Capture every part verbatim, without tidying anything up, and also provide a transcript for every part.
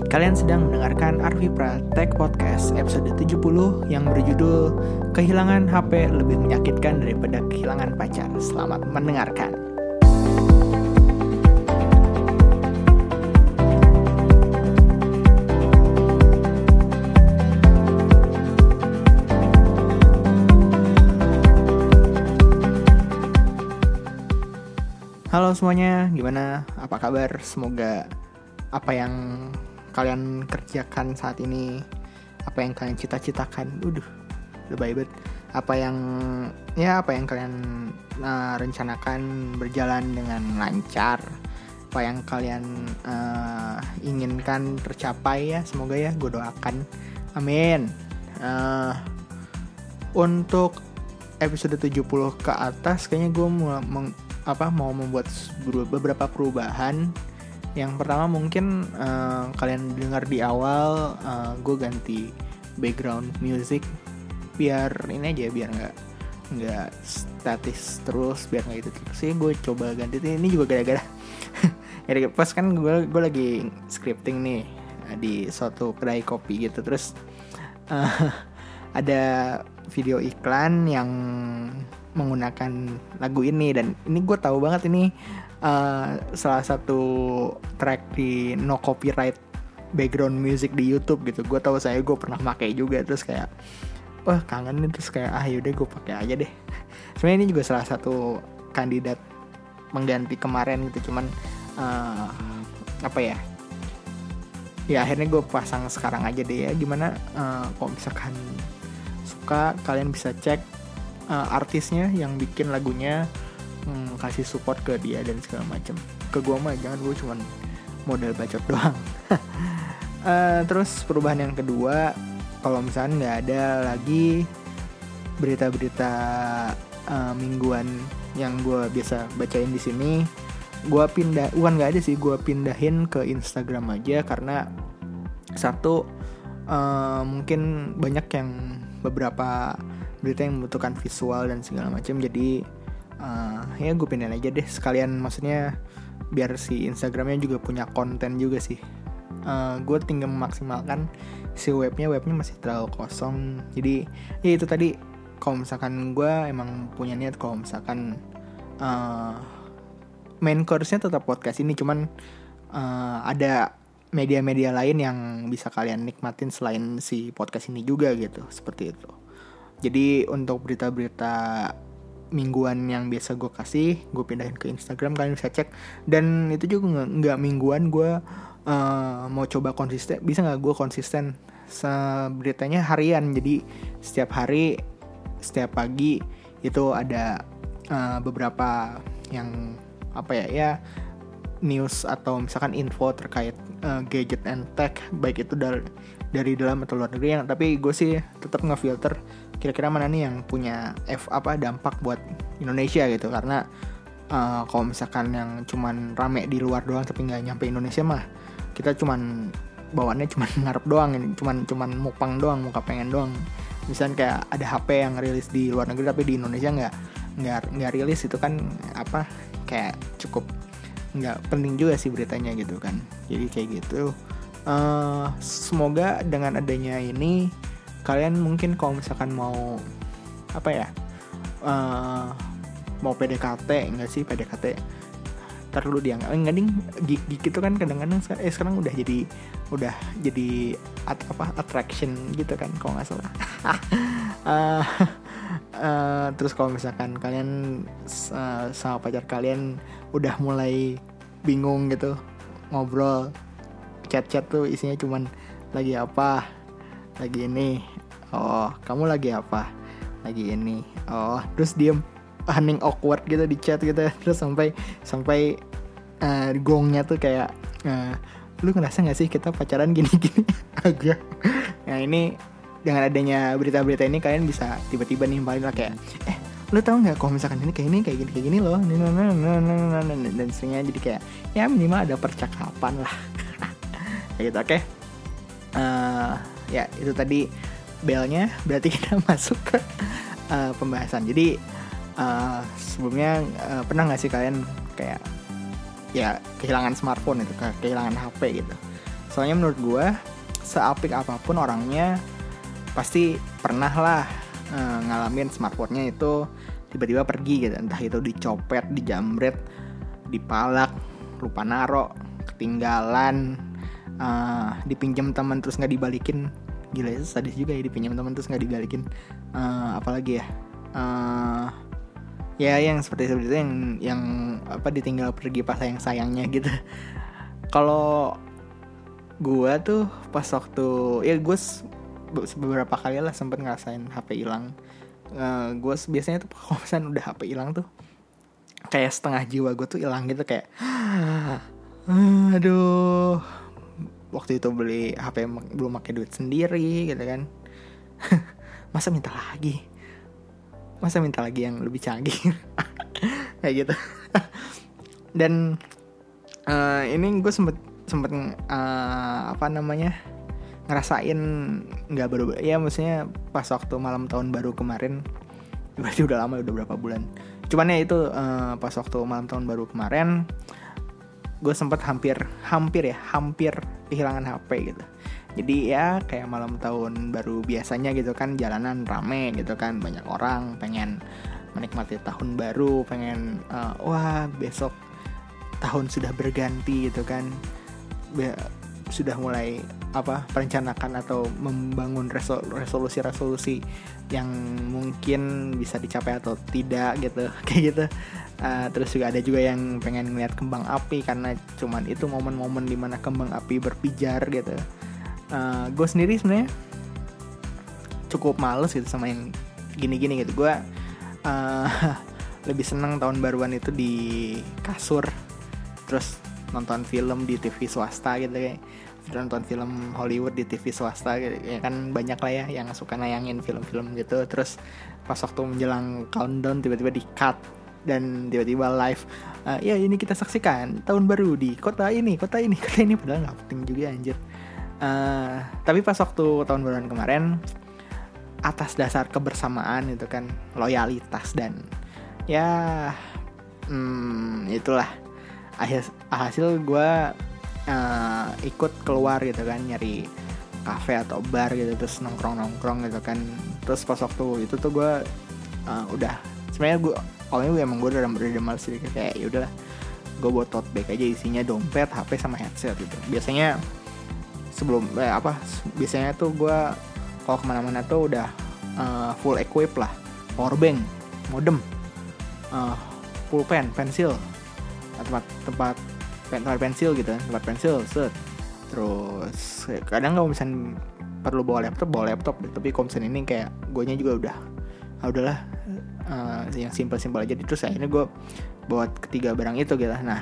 Kalian sedang mendengarkan Arvi Pratek Podcast episode tujuh puluh yang berjudul Kehilangan H P lebih menyakitkan daripada kehilangan pacar. Selamat mendengarkan. Halo semuanya, gimana? Apa kabar? Semoga apa yang kalian kerjakan saat ini, apa yang kalian cita-citakan, udah lebay banget. Apa yang ya apa yang kalian uh, rencanakan berjalan dengan lancar. Apa yang kalian uh, inginkan tercapai ya, semoga ya, gue doakan. Amin. Uh, untuk episode tujuh puluh ke atas kayaknya gue mau meng- apa mau membuat beberapa perubahan. Yang pertama mungkin uh, kalian dengar di awal uh, gue ganti background music biar ini aja, biar nggak nggak statis terus, biar nggak itu terus sih. Gue coba ganti ini juga gara-gara ya pas kan gue gue lagi scripting nih di suatu kedai kopi gitu, terus uh, ada video iklan yang menggunakan lagu ini, dan ini gue tahu banget ini uh, salah satu track di no copyright background music di YouTube gitu. Gue tahu, saya gue pernah pakai juga, terus kayak wah kangen nih, terus kayak ah yaudah gue pakai aja deh. Sebenarnya ini juga salah satu kandidat mengganti kemarin gitu, cuman uh, apa ya ya akhirnya gue pasang sekarang aja deh ya. Gimana uh, kalau misalkan suka, kalian bisa cek uh, artisnya yang bikin lagunya, hmm, kasih support ke dia dan segala macam. Ke gue mah jangan, gue cuman modal bacot doang. uh, terus perubahan yang kedua, kalau misalnya nggak ada lagi berita-berita uh, mingguan yang gue biasa bacain di sini, gue pindah, bukan nggak ada sih, gue pindahin ke Instagram aja. Karena satu, uh, mungkin banyak yang beberapa berita yang membutuhkan visual dan segala macam, jadi uh, ya gue pindahin aja deh sekalian, maksudnya biar si Instagramnya juga punya konten juga sih. uh, gue tinggal memaksimalkan si webnya webnya masih terlalu kosong. Jadi ya itu tadi, kalau misalkan gue emang punya niat kalau misalkan uh, main course-nya tetap podcast ini, cuman uh, ada media-media lain yang bisa kalian nikmatin selain si podcast ini juga gitu, seperti itu. Jadi untuk berita-berita mingguan yang biasa gue kasih, gue pindahin ke Instagram, kalian bisa cek. Dan itu juga nggak nggak mingguan, gue uh, mau coba konsisten. Bisa nggak gue konsisten beritanya harian? Jadi setiap hari, setiap pagi itu ada uh, beberapa yang apa ya ya news atau misalkan info terkait uh, gadget and tech, baik itu dari dari dalam atau luar negeri. Yang tapi gue sih tetap ngefilter kira-kira mana nih yang punya F apa dampak buat Indonesia gitu. Karena uh, kalau misalkan yang cuman rame di luar doang tapi nggak nyampe Indonesia mah, kita cuman bawaannya cuman ngarep doang, cuman cuman mukbang doang, muka pengen doang. Misalnya kayak ada H P yang rilis di luar negeri tapi di Indonesia nggak nggak nggak rilis, itu kan apa kayak cukup nggak penting juga sih beritanya gitu kan. Jadi kayak gitu. Uh, semoga dengan adanya ini kalian mungkin kalau misalkan mau apa ya uh, mau P D K T, enggak sih P D K T ntar dulu dia enggak ding gig-gig itu kan kadang-kadang eh sekarang udah jadi udah jadi at, apa attraction gitu kan kalau nggak salah. uh, uh, terus kalau misalkan kalian uh, sama pacar kalian udah mulai bingung gitu ngobrol, chat-chat tuh isinya cuman lagi apa, lagi ini, oh kamu lagi apa, lagi ini, oh terus diem hening awkward gitu di chat gitu, terus sampai sampai uh, gongnya tuh kayak uh, lu ngerasa nggak sih kita pacaran gini-gini agak. Nah ini dengan adanya berita-berita ini kalian bisa tiba-tiba nimpalin lah kayak eh lu tahu nggak kalau misalkan ini kayak ini kayak gini kayak gini loh, dan seringnya jadi kayak ya minimal ada percakapan lah. Kayak gitu. Oke, okay. uh, ya itu tadi belnya, berarti kita masuk ke uh, pembahasan. Jadi uh, sebelumnya uh, pernah nggak sih kalian kayak ya kehilangan smartphone itu, kehilangan H P gitu. Soalnya menurut gue seapik apapun orangnya pasti pernah lah uh, ngalamin smartphone-nya itu tiba-tiba pergi gitu. Entah itu dicopet, dijamret, dipalak, lupa naro, ketinggalan, uh, dipinjam teman terus nggak dibalikin. Gila, itu sadis juga ya, dipinjam teman terus nggak dibalikin. Uh, apalagi ya, uh, ya yang seperti seperti itu yang yang apa ditinggal pergi pas sayang sayangnya gitu. Kalau gue tuh pas waktu ya gue beberapa kali lah sempet ngerasain H P hilang. Uh, gue biasanya tuh kalau misalnya udah H P hilang tuh kayak setengah jiwa gue tuh hilang gitu, kayak aduh, waktu itu beli H P belum pakai duit sendiri gitu kan. Masa minta lagi masa minta lagi yang lebih canggih kayak gitu. Dan uh, ini gue sempet sempet uh, apa namanya ngerasain nggak baru ya, maksudnya pas waktu malam tahun baru kemarin. Berarti udah lama, udah berapa bulan. Cuman ya itu uh, pas waktu malam tahun baru kemarin gue sempet hampir hampir ya hampir kehilangan H P gitu. Jadi ya kayak malam tahun baru biasanya gitu kan, jalanan rame gitu kan, banyak orang pengen menikmati tahun baru, pengen uh, wah besok tahun sudah berganti gitu kan. Be- sudah mulai apa perencanakan atau membangun resol- resolusi-resolusi yang mungkin bisa dicapai atau tidak gitu kayak gitu. Uh, terus juga ada juga yang pengen ngeliat kembang api karena cuman itu momen-momen dimana kembang api berpijar gitu. Uh, gue sendiri sebenarnya cukup males gitu sama yang gini-gini gitu. Gue uh, lebih seneng tahun baruan itu di kasur, terus nonton film di T V swasta gitu, kayak nonton film Hollywood di T V swasta gitu. Ya kan banyak lah ya yang suka nayangin film-film gitu. Terus pas waktu menjelang countdown tiba-tiba di cut dan tiba-tiba live, uh, ya ini kita saksikan tahun baru di kota ini, kota ini, kota ini, padahal nggak penting juga anjir. Uh, tapi pas waktu tahun baruan kemarin, atas dasar kebersamaan itu kan, loyalitas dan ya hmm, itulah hasil, hasil gue uh, ikut keluar gitu kan, nyari kafe atau bar gitu, terus nongkrong-nongkrong gitu kan. Terus pas waktu itu tuh gue uh, udah sebenarnya gue awalnya gue emang gue udah udah males sih, kayak yaudahlah gue bawa tote bag aja, isinya dompet, H P sama headset gitu. Biasanya sebelum eh, apa biasanya tuh gue kalau kemana-mana tuh udah uh, full equip lah, power bank, modem, uh, pulpen, pensil, tempat tempat tempat pensil gitu kan, tempat pensil, set. Terus kadang kalau misalnya perlu bawa laptop, bawa laptop. Tapi kalau misalnya ini kayak guenya juga udah, ah udahlah uh, yang simpel-simpel aja. Terus akhirnya gue bawa ketiga barang itu gitu. Nah,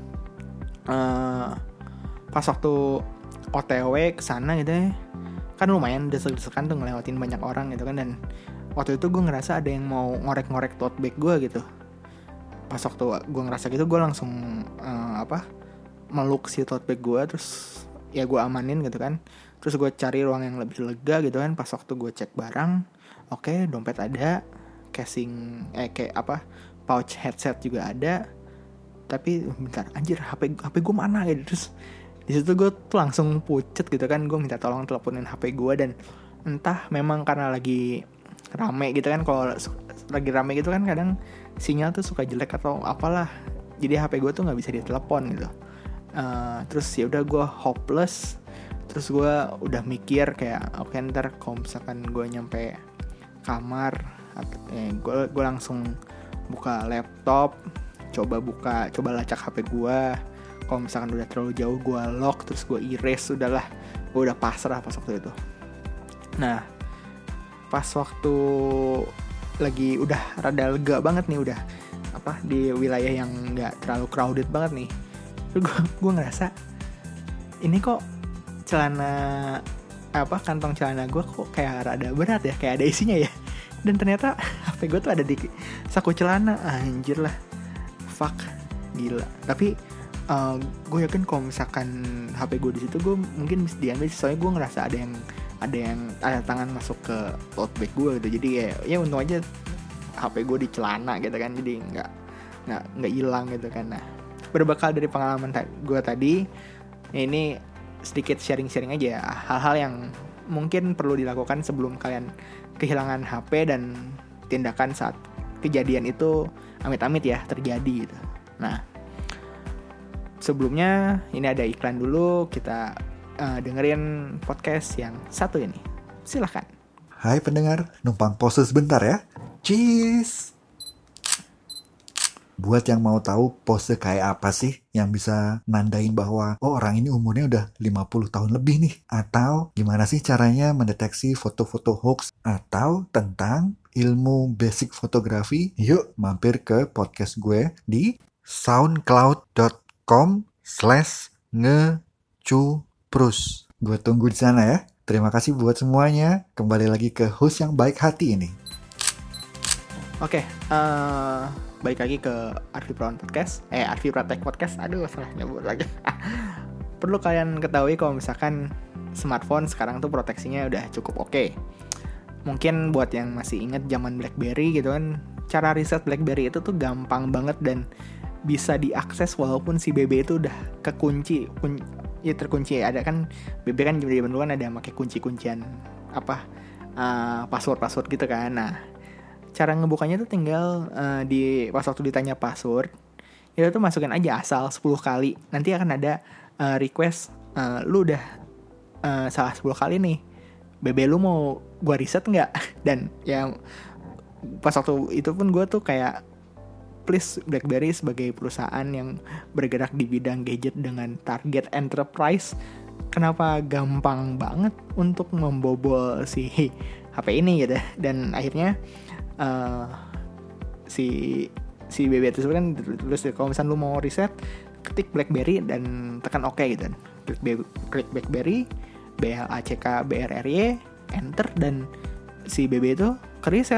uh, pas waktu O T W kesana gitu ya, kan lumayan desek-desekan tuh ngelewatin banyak orang gitu kan. Dan waktu itu gue ngerasa ada yang mau ngorek-ngorek tote bag gue gitu. Pas waktu gue ngerasa gitu, gue langsung uh, apa meluk si tote bag gue, terus ya gue amanin gitu kan. Terus gue cari ruang yang lebih lega gitu kan. Pas waktu gue cek barang, oke, okay, dompet ada, casing eh kayak apa pouch headset juga ada. Tapi bentar, anjir, H P H P gue mana gitu. Terus di situ gue tuh langsung pucet gitu kan. Gue minta tolong teleponin H P gue, dan entah memang karena lagi rame gitu kan, kalau lagi rame gitu kan kadang sinyal tuh suka jelek atau apalah, jadi H P gue tuh nggak bisa ditelepon gitu. Uh, terus ya udah gue hopeless. Terus gue udah mikir kayak oke, okay, ntar kalau misalkan gue nyampe kamar, eh, gue gue langsung buka laptop, coba buka coba lacak H P gue. Kalau misalkan udah terlalu jauh gue lock, terus gue erase. Udahlah, gue udah pasrah pas waktu itu. Nah, pas waktu lagi udah rada lega banget nih, udah apa di wilayah yang nggak terlalu crowded banget nih, terus gue gue ngerasa ini kok celana apa kantong celana gue kok kayak rada berat ya, kayak ada isinya ya. Dan ternyata H P gue tuh ada di saku celana. Anjir lah, fuck, gila. Tapi uh, gue yakin kalau misalkan H P gue di situ, gue mungkin bisa diambil, soalnya gue ngerasa ada yang ada yang ada tangan masuk ke tote bag gue gitu. Jadi ya ya untung aja H P gue di celana gitu kan, jadi nggak nggak nggak hilang gitu kan. Nah, berbekal dari pengalaman ta- gue tadi, ya ini sedikit sharing-sharing aja hal-hal yang mungkin perlu dilakukan sebelum kalian kehilangan H P dan tindakan saat kejadian itu amit-amit ya terjadi gitu. Nah, sebelumnya ini ada iklan dulu, kita uh, dengerin podcast yang satu ini. Silahkan. Hai pendengar, numpang pause sebentar ya. Cheese. Buat yang mau tahu pose kayak apa sih yang bisa nandain bahwa oh orang ini umurnya udah lima puluh tahun lebih nih. Atau gimana sih caranya mendeteksi foto-foto hoax atau tentang ilmu basic fotografi? Yuk mampir ke podcast gue di soundcloud.com slash ngecuprus. Gue tunggu di sana ya. Terima kasih buat semuanya. Kembali lagi ke host yang baik hati ini. Oke, okay, uh, balik lagi ke Arfi Prawan Podcast. Eh, Arfi Pratek Podcast. Aduh, salah nyebut lagi. Perlu kalian ketahui kalau misalkan smartphone sekarang tuh proteksinya udah cukup oke. Okay. Mungkin buat yang masih inget zaman BlackBerry gitu kan, cara reset BlackBerry itu tuh gampang banget dan bisa diakses walaupun si B B itu udah kekunci, kun- ya terkunci. Ada kan B B kan zaman dulu kan ada pakai kunci-kuncian apa uh, password-password gitu kan. Nah, cara ngebukanya tuh tinggal uh, di pas waktu ditanya password itu tuh masukin aja asal sepuluh kali. Nanti akan ada uh, request uh, lu udah uh, salah sepuluh kali nih, B B lu mau gua reset nggak? Dan ya pas waktu itu pun gua tuh kayak please BlackBerry sebagai perusahaan yang bergerak di bidang gadget dengan target enterprise, kenapa gampang banget untuk membobol si H P ini gitu. Dan akhirnya Uh, si si B B tersebut kan terus kalau misalnya lu mau reset, ketik BlackBerry dan tekan OK gitu. Klik, B- klik BlackBerry, B L A C K B R R Y, enter, dan si B B itu ke reset.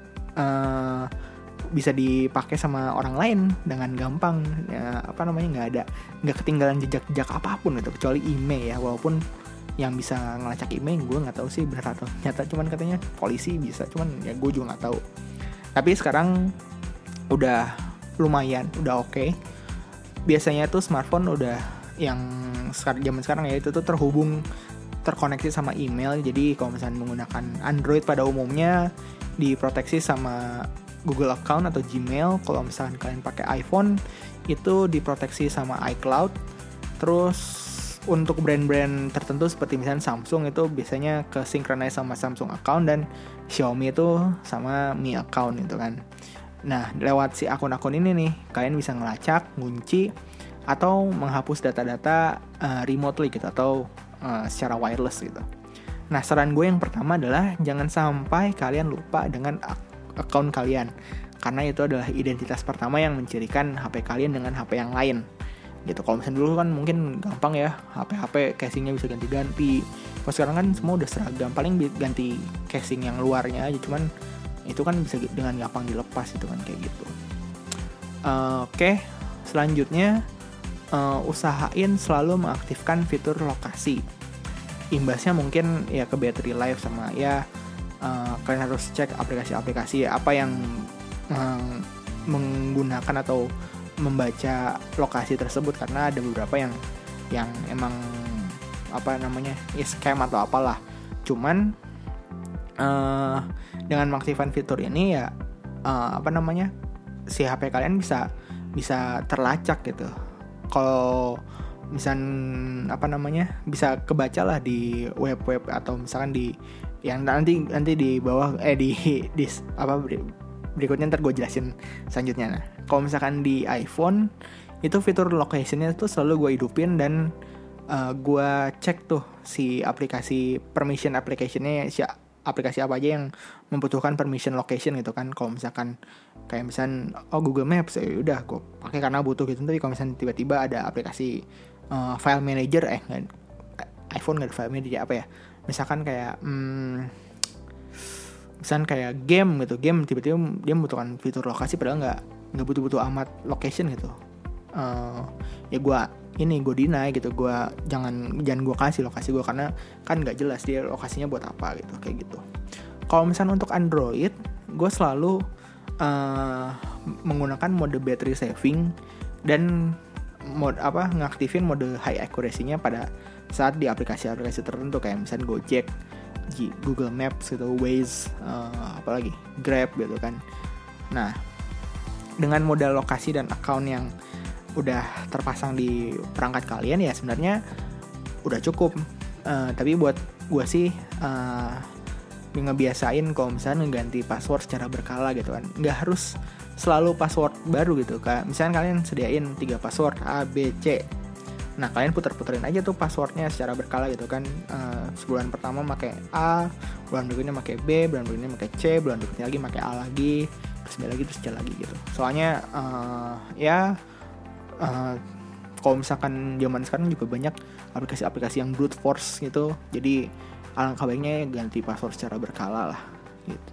Uh, bisa dipakai sama orang lain dengan gampang. Ya, apa namanya nggak ada nggak ketinggalan jejak-jejak apapun gitu, kecuali email ya. Walaupun yang bisa ngelacak email gue nggak tahu sih benar atau nyata, cuman katanya polisi bisa, cuman ya gue juga nggak tahu. Tapi sekarang udah lumayan, udah oke. Okay. Biasanya tuh smartphone udah yang sekarang zaman sekarang ya itu tuh terhubung, terkoneksi sama email. Jadi kalau misalnya menggunakan Android pada umumnya diproteksi sama Google account atau Gmail. Kalau misalkan kalian pakai iPhone itu diproteksi sama iCloud. Terus untuk brand-brand tertentu seperti misalnya Samsung itu biasanya ke synchronize sama Samsung account, dan Xiaomi itu sama Mi account gitu kan. Nah, lewat si akun-akun ini nih kalian bisa ngelacak, ngunci, atau menghapus data-data uh, remotely gitu, atau uh, secara wireless gitu. Nah, saran gue yang pertama adalah jangan sampai kalian lupa dengan ak- account kalian, karena itu adalah identitas pertama yang mencirikan H P kalian dengan H P yang lain gitu. Kalau misalnya dulu kan mungkin gampang ya, H P-H P casingnya bisa ganti-ganti. Kalau sekarang kan semua udah seragam, paling ganti casing yang luarnya aja, cuman itu kan bisa dengan gampang dilepas itu kan kayak gitu. Uh, Oke, okay. Selanjutnya uh, usahain selalu mengaktifkan fitur lokasi. Imbasnya mungkin ya ke battery life sama ya uh, kalian harus cek aplikasi-aplikasi apa yang uh, menggunakan atau membaca lokasi tersebut, karena ada beberapa yang yang emang apa namanya ya scam atau apalah. Cuman uh, dengan mengaktifkan fitur ini ya uh, apa namanya si H P kalian bisa bisa terlacak gitu. Kalau misal apa namanya bisa kebaca lah di web-web atau misalkan di yang nanti nanti di bawah eh di di apa berikutnya ntar gue jelasin selanjutnya. Nah, kalau misalkan di iPhone itu fitur location-nya tuh selalu gue hidupin, dan uh, gue cek tuh si aplikasi permission application-nya, si aplikasi apa aja yang membutuhkan permission location gitu kan. Kalau misalkan kayak misalkan oh Google Maps, ya udah gue pakai karena butuh gitu. Tapi kalau misalkan tiba-tiba ada aplikasi uh, file manager eh gak, iPhone nggak ada file manager apa ya? Misalkan kayak hmm, misalkan kayak game gitu, game tiba-tiba dia membutuhkan fitur lokasi padahal nggak nggak butuh-butuh amat location gitu. Uh, ya gue ini gue deny gitu, gue jangan jangan gue kasih lokasi gue karena kan nggak jelas dia lokasinya buat apa gitu kayak gitu. Kalau misalnya untuk Android, gue selalu uh, menggunakan mode battery saving dan mode apa ngaktifin mode high accuracy-nya pada saat di aplikasi-aplikasi tertentu kayak misalnya Gojek, Google Maps gitu, Waze, uh, apalagi Grab gitu kan. Nah, dengan modal lokasi dan account yang udah terpasang di perangkat kalian ya sebenarnya udah cukup. Uh, tapi buat gue sih uh, ngebiasain kalau misalnya ngeganti password secara berkala gitu kan. Nggak harus selalu password baru gitu. Kayak misalnya kalian sediain tiga password A, B, C. Nah kalian puter-puterin aja tuh passwordnya secara berkala gitu kan. Uh, sebulan pertama pakai A, bulan berikutnya pakai B, bulan berikutnya pakai C, bulan berikutnya lagi pakai A lagi, terus B lagi, terus C lagi gitu. Soalnya uh, ya uh, kalau misalkan zaman sekarang juga banyak aplikasi-aplikasi yang brute force gitu. Jadi alangkah baiknya ganti password secara berkala lah gitu.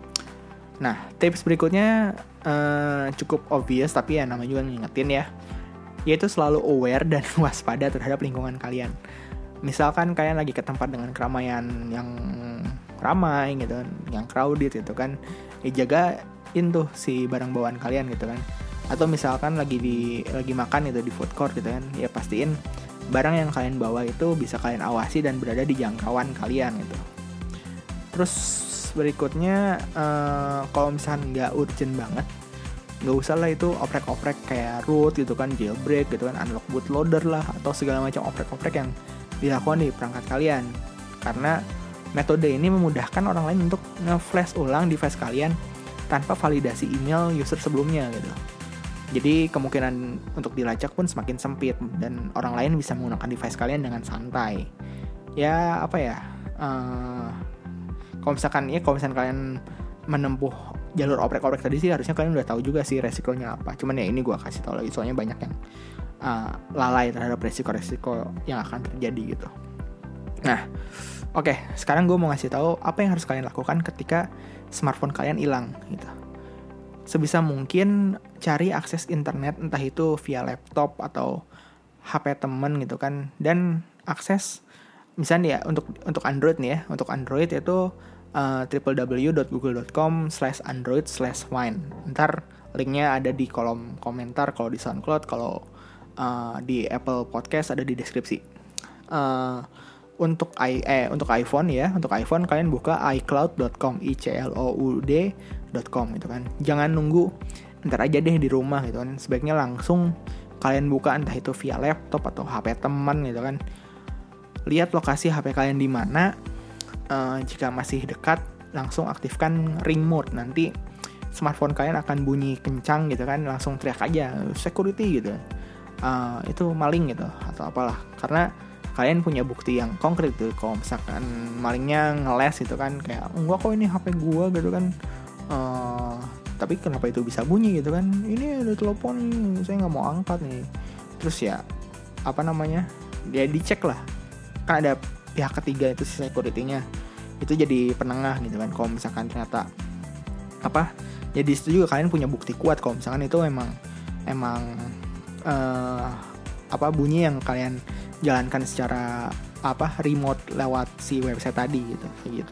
Nah tips berikutnya uh, cukup obvious tapi ya namanya juga ngingetin ya, yaitu selalu aware dan waspada terhadap lingkungan kalian. Misalkan kalian lagi ke tempat dengan keramaian yang ramai gitu kan, yang crowded gitu kan, ya jagain tuh si barang bawaan kalian gitu kan. Atau misalkan lagi di lagi makan gitu di food court gitu kan, ya pastiin barang yang kalian bawa itu bisa kalian awasi dan berada di jangkauan kalian gitu. Terus berikutnya uh, kalau misalkan nggak urgent banget, nggak usah lah itu oprek-oprek kayak root gitu kan, jailbreak gitu kan, unlock bootloader lah, atau segala macam oprek-oprek yang dilakukan di perangkat kalian. Karena metode ini memudahkan orang lain untuk nge-flash ulang device kalian tanpa validasi email user sebelumnya gitu. Jadi kemungkinan untuk dilacak pun semakin sempit dan orang lain bisa menggunakan device kalian dengan santai. Ya apa ya? Uh, kalau misalkan ya kalau misalkan kalian menempuh jalur oprek-oprek tadi sih harusnya kalian udah tahu juga sih resikonya apa. Cuman ya ini gue kasih tahu lagi soalnya banyak yang uh, lalai terhadap resiko-resiko yang akan terjadi gitu. Nah, oke, okay, sekarang gue mau ngasih tahu apa yang harus kalian lakukan ketika smartphone kalian hilang gitu. Sebisa mungkin cari akses internet entah itu via laptop atau H P temen gitu kan, dan akses misalnya ya untuk untuk Android nih ya, untuk Android itu uh, w w w dot google dot com slash android slash find. Ntar linknya ada di kolom komentar kalau di SoundCloud, kalau uh, di Apple Podcast ada di deskripsi. Uh, untuk i eh untuk iPhone ya, untuk iPhone kalian buka i cloud dot com, i c l o u d dot com gitu kan. Jangan nunggu ntar aja deh di rumah gitu kan. Sebaiknya langsung kalian buka entah itu via laptop atau H P teman gitu kan. Lihat lokasi H P kalian di mana. Uh, jika masih dekat, langsung aktifkan ring mode. Nanti smartphone kalian akan bunyi kencang gitu kan. Langsung teriak aja security gitu. Uh, itu maling gitu atau apalah. Karena kalian punya bukti yang konkret tuh. Kalau misalkan malingnya ngeles gitu kan, kayak enggak kok ini H P gua gitu kan. Uh, tapi kenapa itu bisa bunyi gitu kan, ini ada telepon nih, saya nggak mau angkat nih. Terus ya apa namanya, dia dicek lah, kan ada pihak ketiga itu si security-nya itu jadi penengah gitu kan. Kalau misalkan ternyata apa, jadi itu juga kalian punya bukti kuat kalau misalkan itu emang emang uh, apa bunyi yang kalian jalankan secara apa remote lewat si website tadi gitu, kayak gitu.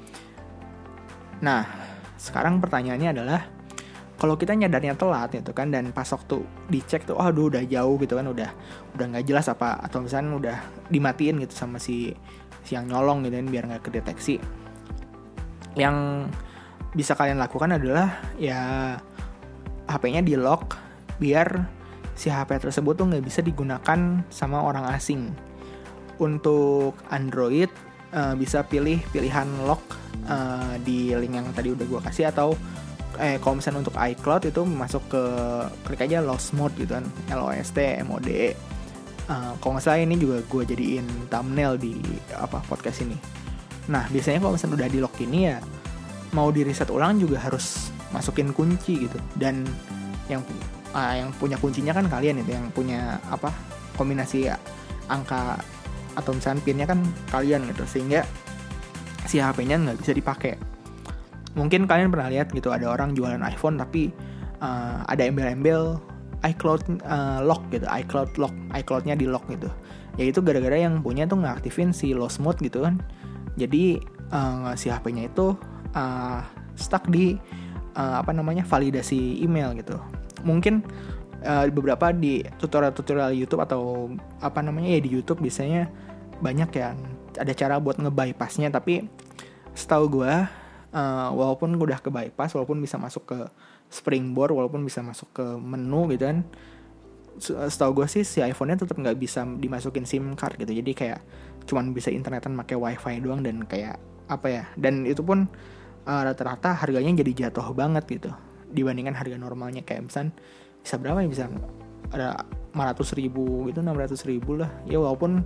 Nah sekarang pertanyaannya adalah, kalau kita nyadarnya telat gitu kan, dan pas waktu dicek tuh, oh aduh udah jauh gitu kan, udah udah nggak jelas apa, atau misalnya udah dimatiin gitu sama si si yang nyolong gitu kan, biar nggak kedeteksi. Yang bisa kalian lakukan adalah ya H P-nya di lock biar si H P tersebut tuh nggak bisa digunakan sama orang asing. Untuk Android uh, bisa pilih pilihan lock uh, di link yang tadi udah gue kasih, atau eh kalau misalnya untuk iCloud itu masuk ke klik aja lost mode gitu kan, L O S T M O D E. Uh, kalau nggak salah ini juga gue jadiin thumbnail di apa podcast ini. Nah biasanya kalau misalnya udah di lock ini ya mau di reset ulang juga harus masukin kunci gitu, dan yang uh, yang punya kuncinya kan kalian itu, yang punya apa kombinasi angka atau misalnya pinnya kan kalian gitu, sehingga si H P-nya nggak bisa dipakai. Mungkin kalian pernah lihat gitu, ada orang jualan iPhone tapi uh, ada embel-embel iCloud uh, lock gitu, iCloud lock, iCloud-nya di lock gitu. Ya itu gara-gara yang punya tuh ngeaktifin si lost mode gitu kan. Jadi uh, si H P-nya itu uh, stuck di uh, apa namanya validasi email gitu. Mungkin uh, beberapa di tutorial-tutorial YouTube atau apa namanya ya di YouTube biasanya banyak ya ada cara buat nge-bypassnya, tapi setahu gue uh, walaupun udah ke bypass, walaupun bisa masuk ke Springboard, walaupun bisa masuk ke menu gitu kan, setahu gue sih si iPhone-nya tetap nggak bisa dimasukin SIM card gitu. Jadi kayak cuman bisa internetan pakai WiFi doang, dan kayak apa ya, dan itu pun uh, rata-rata harganya jadi jatuh banget gitu dibandingkan harga normalnya. Kayak misalnya bisa berapa ya, bisa ada lima ratus ribu gitu, enam ratus ribu lah ya. Walaupun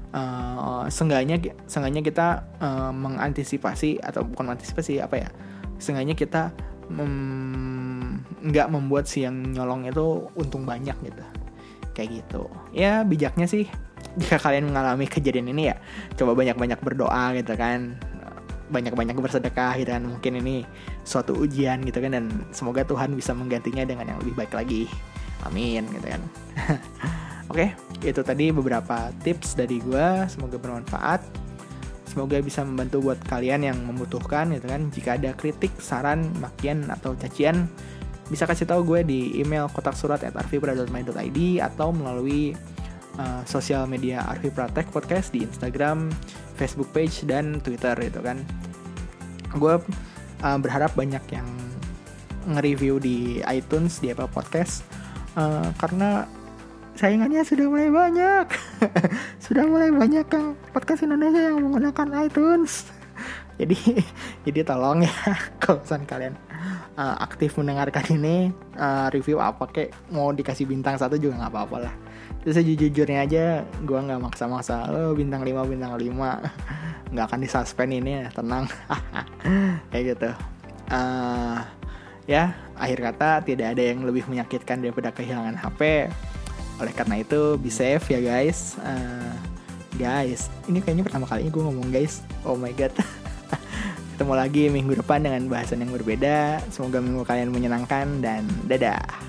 uh, seenggaknya seenggaknya kita uh, mengantisipasi, atau bukan mengantisipasi apa ya, seenggaknya kita nggak mem, membuat si yang nyolong itu untung banyak gitu, kayak gitu ya. Bijaknya sih jika kalian mengalami kejadian ini ya coba banyak-banyak berdoa gitu kan, banyak-banyak bersedekah gitu kan. Mungkin ini suatu ujian gitu kan, dan semoga Tuhan bisa menggantinya dengan yang lebih baik lagi, amin gitu kan. Oke, itu tadi beberapa tips dari gue, semoga bermanfaat, semoga bisa membantu buat kalian yang membutuhkan gitu kan. Jika ada kritik, saran, makian atau cacian, bisa kasih tahu gue di email kotak surat at arvipra dot my dot i d atau melalui uh, sosial media Arvipra Tech Podcast di Instagram, Facebook page, dan Twitter gitu kan. Gue uh, berharap banyak yang nge-review di iTunes, di Apple Podcast, uh, karena saingannya sudah mulai banyak. Sudah mulai banyak yang podcast Indonesia yang menggunakan iTunes. Jadi jadi tolong ya, kalau misalnya kalian uh, aktif mendengarkan ini, uh, review apa kek, mau dikasih bintang satu juga nggak apa-apa lah. Terus sejujurnya aja, gue nggak maksa-maksa oh, bintang lima bintang lima, nggak akan disuspend ini ya, tenang. Kayak gitu. Uh, ya akhir kata, tidak ada yang lebih menyakitkan daripada kehilangan H P. Oleh karena itu, be safe ya guys. uh, Guys, ini kayaknya pertama kalinya gue ngomong guys. Oh my god. Ketemu lagi minggu depan dengan bahasan yang berbeda. Semoga minggu kalian menyenangkan, dan dadah.